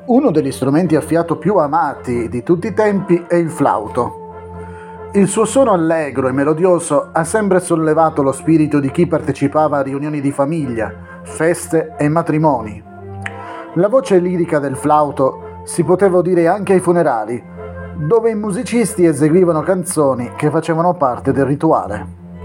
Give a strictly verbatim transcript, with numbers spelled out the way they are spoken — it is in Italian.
Uno degli strumenti a fiato più amati di tutti i tempi è il flauto. Il suo suono allegro e melodioso ha sempre sollevato lo spirito di chi partecipava a riunioni di famiglia, feste e matrimoni. La voce lirica del flauto si poteva udire anche ai funerali, dove i musicisti eseguivano canzoni che facevano parte del rituale.